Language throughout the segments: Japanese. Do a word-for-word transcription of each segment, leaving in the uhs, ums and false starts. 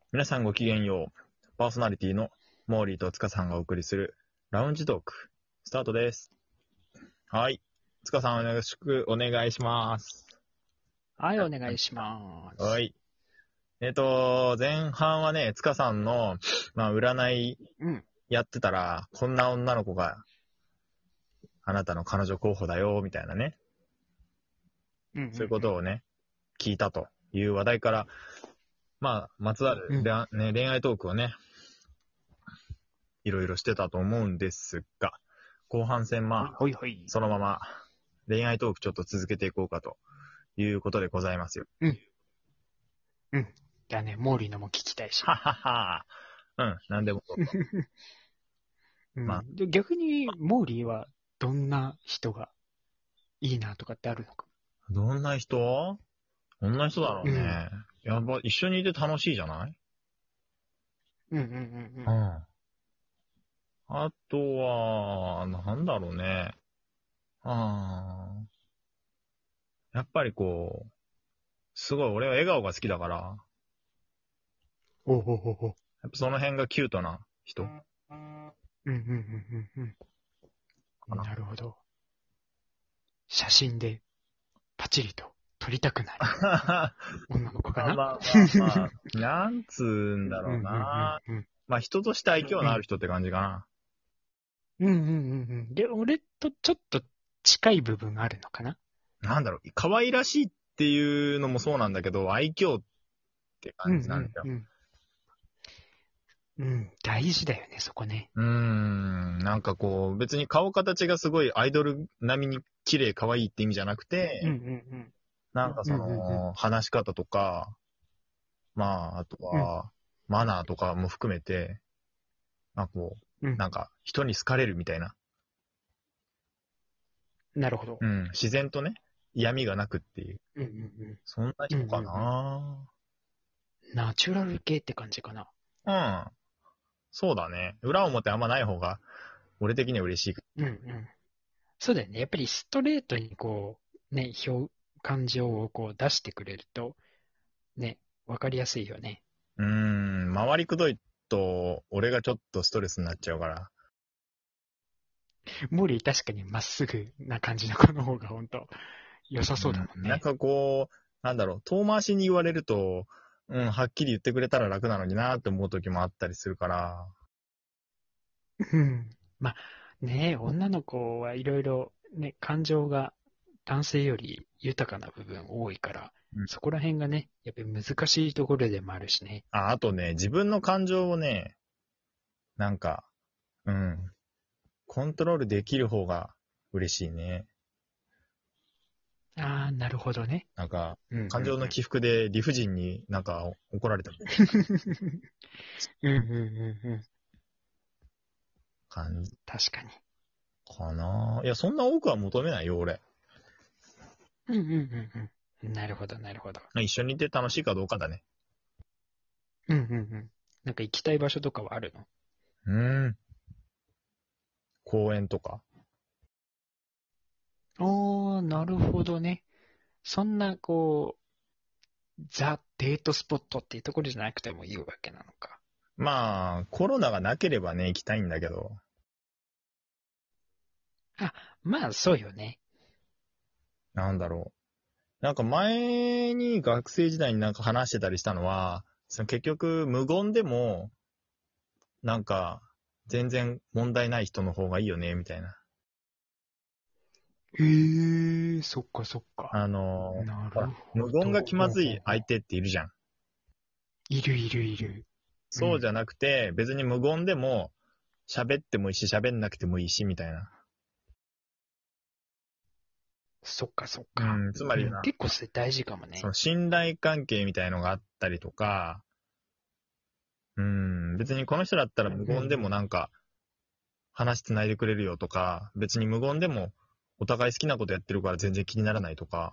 皆さんごきげんよう。パーソナリティのモーリーと塚さんがお送りするラウンジトーク、スタートです。はい。塚さんよろしくお願いします。 はい、お願いします。 はい。えっ、と、前半はね、塚さんの、まあ、占いうん。 やってたら、こんな女の子があなたの彼女候補だよ、みたいなね。 うんうんうん、 そういうことをね、聞いたという話題から、まあ、まつわる、 うんね、恋愛トークをね、いろいろしてたと思うんですが、後半戦、まほいあ、 ほいほい。 そのまま恋愛トークちょっと続けていこうかということでございますよ。 うん。うん。じゃあね、モーリーのも聞きたいし。 ははは。うん、なんでも。 うまあ、 ん。で、逆に、モーリーはどんな人がいいなとかってあるのか。 どんな人どんな人だろううん。 ね。やっぱ一緒にいて楽しいじゃない？ うんうんうんうん。 うん。あとは、なんだろうね。ああ。やっぱりこう、すごい俺は笑顔が好きだから、 おほほほ。 やっぱその辺がキュートな人かうんうんうんうんうん。 な。 なるほど。写真でパチリと撮りたくなる女の子かな。 まあまあまあまあ、なんつうんだろううんうんな。 うんうん。 まあ人として愛嬌うんのある人って感じかな。 うんうんうんうん。で、俺とちょっと近い部分あるのかな。 なんだろう、可愛らしいっていうのもそうなんだけど、愛嬌って感じなんだよ。 うんうんうん。うん、大事だよね、そこね。 うーん、なんかこう、別に顔形がすごいアイドル並みに綺麗可愛いって意味じゃなくうんうて、 んなんかそうん。うんうんうん。 の、話し方とか、まあ、あとうんは、マナーとかも含めて、まあこう、 うん。 なんか人に好かれるみたいな。 なるほど。 うん、自然とね、嫌味がなくっていう。 うんうんそんなうん。うん人かうんうん。 な。 ナチュラル系って感じかな。 うん、そうだね。裏表あんまない方が、俺的には嬉しい。 うんうん。そうだよね。やっぱりストレートにこう、ね、表、感情をこう出してくれると、ね、わかりやすいよね。 うーん、回りくどいと、俺がちょっとストレスになっちゃうから。 モーリー確かにまっすぐな感じの子の方が本当良さそうだもんうん、なんね。 かこう、なんだろう、遠回しに言われると、うん、はっきり言ってくれたら楽なのになって思う時もあったりするから。 うん。まあ、ね、女の子はいろいろね、感情が男性より豊かな部分多いから、 うん、 そこら辺がね、やっぱり難しいところでもあるしね。 あ、あとね、自分の感情をね、なんか、うん、コントロールできる方が嬉しいね。 ああ、なるほどね。 なんか、 うんうんうん。 感情の起伏で理不尽になんか怒られたうんうんうんうん。 感じ確かに。 かな。いや、そんな多くは求めないよ、俺。 うんうんうんうん。なるほど、なるほど。 一緒にいて楽しいかどうかだね。 うんうんうん。なんか行きたい場所とかはあるの？ うーん。公園とか。 ああ、なるほどね。そんな、こう、ザ・デートスポットっていうところじゃなくてもいいわけなのか。 まあ、コロナがなければね、行きたいんだけど。 あ、まあ、そうよね。 なんだろう。なんか前に学生時代になんか話してたりしたのは、その結局無言でも、なんか全然問題ない人の方がいいよね、みたいな。 へえ、そっかそっか。 あのなほら、 るほ無言がど。ほう気まずほうほう。 い相手っているじゃん。 いるいるいる。うん。 そうじゃなくて、別に無言でも喋ってもいいし、喋んなくてもいいし、みたいな。 そっかそっか。 うん、つまうん。 りな、 結構それ大事かもね。 その信頼関係みたいのがあったりとか、うん、別にこの人だったら無言でもうんなんか話つないでくれるよとか、別に無言でもお互い好きなことやってるから全然気にならないとか、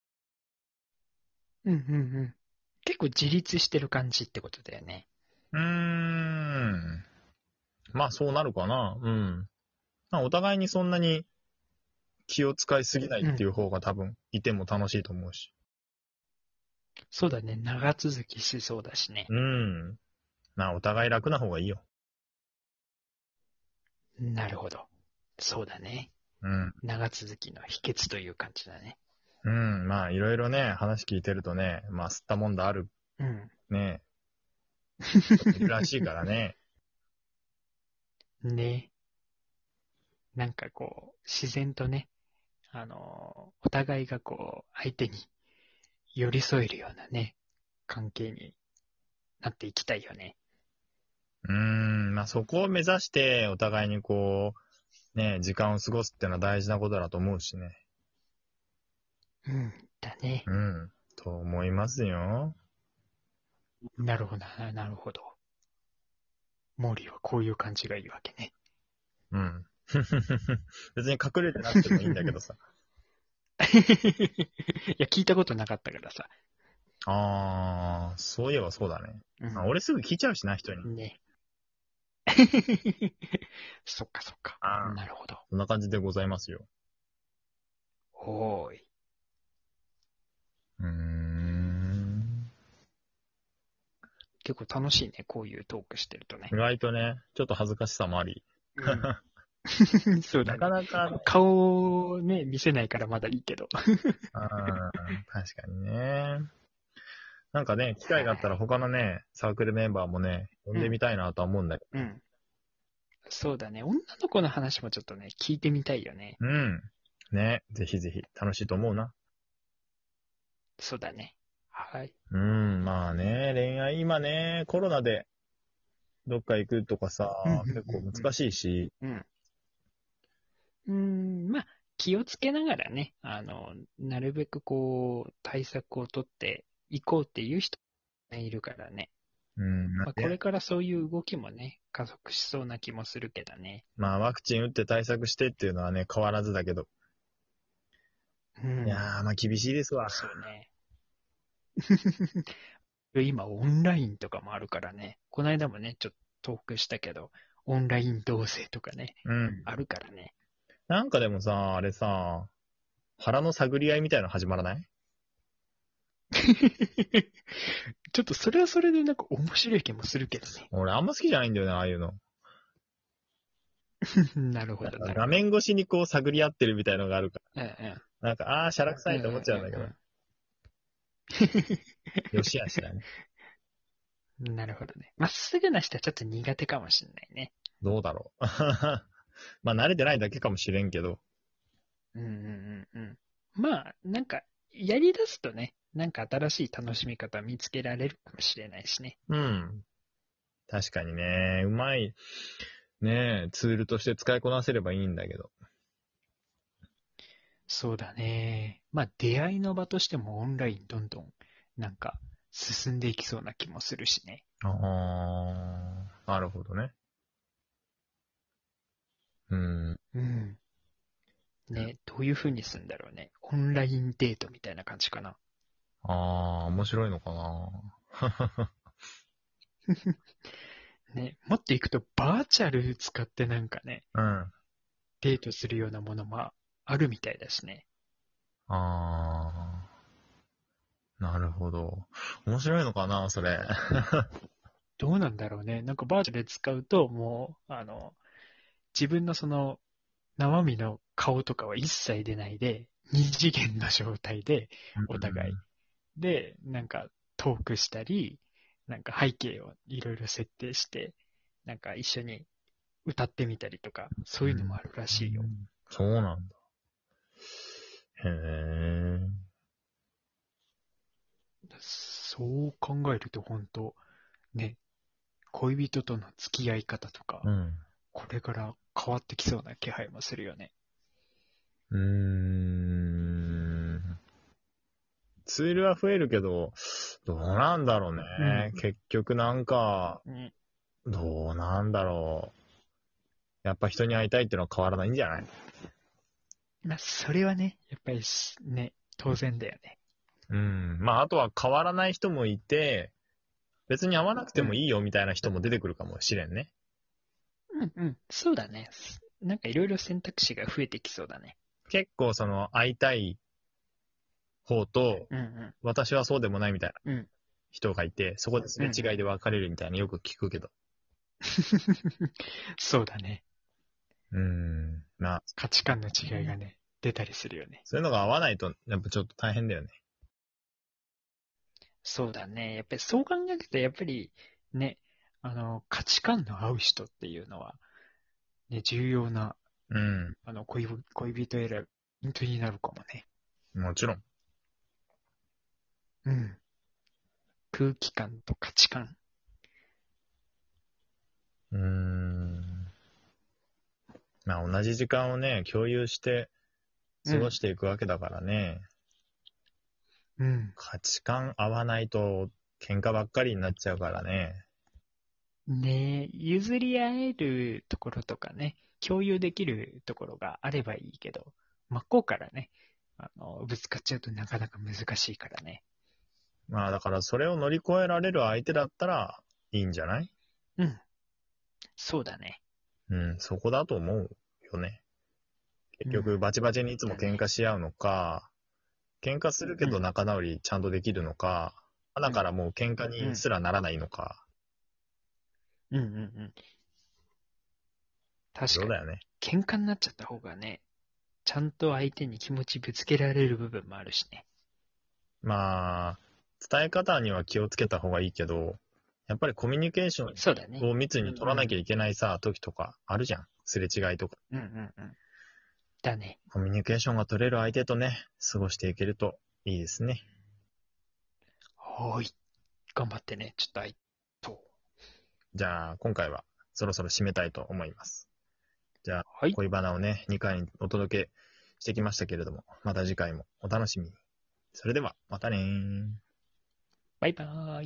うん。うんうんうん。結構自立してる感じってことだよね。 うーん、まあそうなるかな、うん。まあお互いにそんなに気を使いすぎないうん。 っていう方が多分いても楽しいと思うし。 そうだね。長続きしそうだしね。 うん。まあ、お互い楽な方がいいよ。 なるほど。そうだね。 うん。 長続きの秘訣という感じだね。 うん。まあ、いろいろね、話聞いてるとね、まあ、吸ったもんだあるうん。 ね、いるらしいからね。 ね。なんかこう、自然とね、あの、お互いがこう、相手に寄り添えるようなね、関係になっていきたいよね。 うーん。まあ、そこを目指して、お互いにこう、ね、時間を過ごすってのは大事なことだと思うしね。 うん。だね。 うん。と思いますよ。 なるほどな、なるほど。モーリーはこういう感じがいいわけね。 うん。別に隠れてなくてもいいんだけどさ。 いや、聞いたことなかったからさ。 あー、そういえばそうだね。 うあ、俺すぐ聞いちゃうしな、人に。 ん。ね。そっかそっか。 あー、 なるほど。 そんな感じでございますよ。 おーい。 うーん。 結構楽しいね、こういうトークしてるとね。 意外とね、ちょっと恥ずかしさもあり。 うん。そうだなかね。 なかね、 顔をね、見せないからまだいいけど。 あー、確かにね。なんかね、機会があったら他のね、サークルメンバーもね、呼んでみたいなとは思うんだけうん。そうだね。女の子の話もちょっとね、聞いてみたいよね。 ど。うん。ね、ぜひぜひ楽しいと思うな。 そうだね。はい。 うん、まあね、恋愛今ね、コロナでどっか行くとかさ、 うんうん結構うんうん難しいし、 うん。うーん、まあ、気をつけながらね、あの、なるべくこう、対策をとっていこうっていう人がいるからね。 うん、なんまあ、これで、 からそういう動きもね、加速しそうな気もするけどね。 まあワクチン打って対策してっていうのはね、変わらずだけど。 うん。 いやー、まあ厳しいですわ。 そうね。今、オンラインとかもあるからね。この間もね、ちょっとトークしたけど、オンライン同棲とかね、 うん。 あるからね。 なんかでもさ、あれさ、腹の探り合いみたいなの始まらない？ ちょっとそれはそれでなんか面白い気もするけどね。 俺あんま好きじゃないんだよね、ああいうの。 なるほど、 なんかなるほど。 画面越しにこう探り合ってるみたいのがあるかうんうん。 ら。なんか、あー、しゃらくさうんうんいと思っちゃうんだけど。 うんよしあしだね。 うん。なるほどね。まっすぐな人はちょっと苦手かもしれないね。 どうだろう。まあ慣れてないだけかもしれんけど。 うんうんうんうん。まあ、なんか、やり出すとね、なんか新しい楽しみ方見つけられるかもしれないしね。 うん。確かにね、うまい、ね、ツールとして使いこなせればいいんだけど。 そうだね。まあ、出会いの場としてもオンラインどんどん、なんか、進んでいきそうな気もするしね。 ああ、なるほどね。うん。 うん。ね、どういう風にするんだろうね。オンラインデートみたいな感じかな。 ああ、面白いのかな。 ね、もっといくとバーチャル使ってなんかね、 うん。あデートするようなものもあるみたいだしね。 あ、なるほど。面白いのかな、それ。 どうなんだろうね。なんかバーチャルで使うと、もう、あの、自分のその生身の顔とかは一切出ないで、二次元の状態で、お互い。で、なんかトークしたり、なんか背景をいろいろ設定して、なんか一緒に歌ってみたりとか、そういうのもあるらしいよ。 うん、そうなんだ。へえ。 そう考えると本当、ね、恋人との付き合い方とか、 うん。 これから変わってきそうな気配もするよね。 うーん。ツールは増えるけど、どうなんだろうね。 うん結局なんか、 ね、 どうなんだろう。やっぱ人に会いたいっていうのは変わらないんじゃない？ まあ、それはね、やっぱりね、当然だよね。 うん。まあ、あとは変わらない人もいて、別に会わなくてもいいよみたいな人も出てくるかもしれんね。 うんうん、そうだね。なんかいろいろ選択肢が増えてきそうだね。 結構その会いたい方と、 うんうん。 私はそうでもないみたいなうん。 人がいて、そこですれ違いで分かれるみたいなよく聞くけど。 そうだね。 うーん。まあ、 価値観の違いがね、出たりするよね。 そういうのが合わないと、やっぱちょっと大変だよね。 そうだね。やっぱりそう考えると、やっぱりね、あの、価値観の合う人っていうのは、ね、重要な、 うん。 あの、恋ぶ恋人選び、本当になるかもね。 もちろん。 うん。空気感と価値観。 うーん。まあ、同じ時間をね、共有して過ごしていくわけだからね。 うん。 価値観合わないと喧嘩ばっかりになっちゃうからね。 ねえ、譲り合えるところとかね、共有できるところがあればいいけど、真っ向からね、あの、ぶつかっちゃうとなかなか難しいからね。 まあだからそれを乗り越えられる相手だったらいいんじゃない？ うん。そうだね。 うん、そこだと思うよね。結うん局バチバチにいつも喧嘩し合うのか、喧嘩するけどうん仲直りちゃんとできるのか、だからもう喧嘩にすらならないのか、 うんうんうん。確かに。 どうだよね。 喧嘩になっちゃった方がね、ちゃんと相手に気持ちぶつけられる部分もあるしね。 まあ、伝え方には気をつけた方がいいけど、やっぱりコミュニケーショそうだね。 ンを密に取らなきゃいけないさ、時とかあるじゃん。すれ違いとか。 うんうんうん。だね。 コミュニケーションが取れる相手とね、過ごしていけるといいですね。 はーい。頑張ってね。ちょっとあい、そう。 じゃあ、今回はそろそろ締めたいと思います。じゃあ、 はい。 恋バナをね、にかいお届けしてきましたけれども、また次回もお楽しみに。それでは、またねー。 バイバーイ。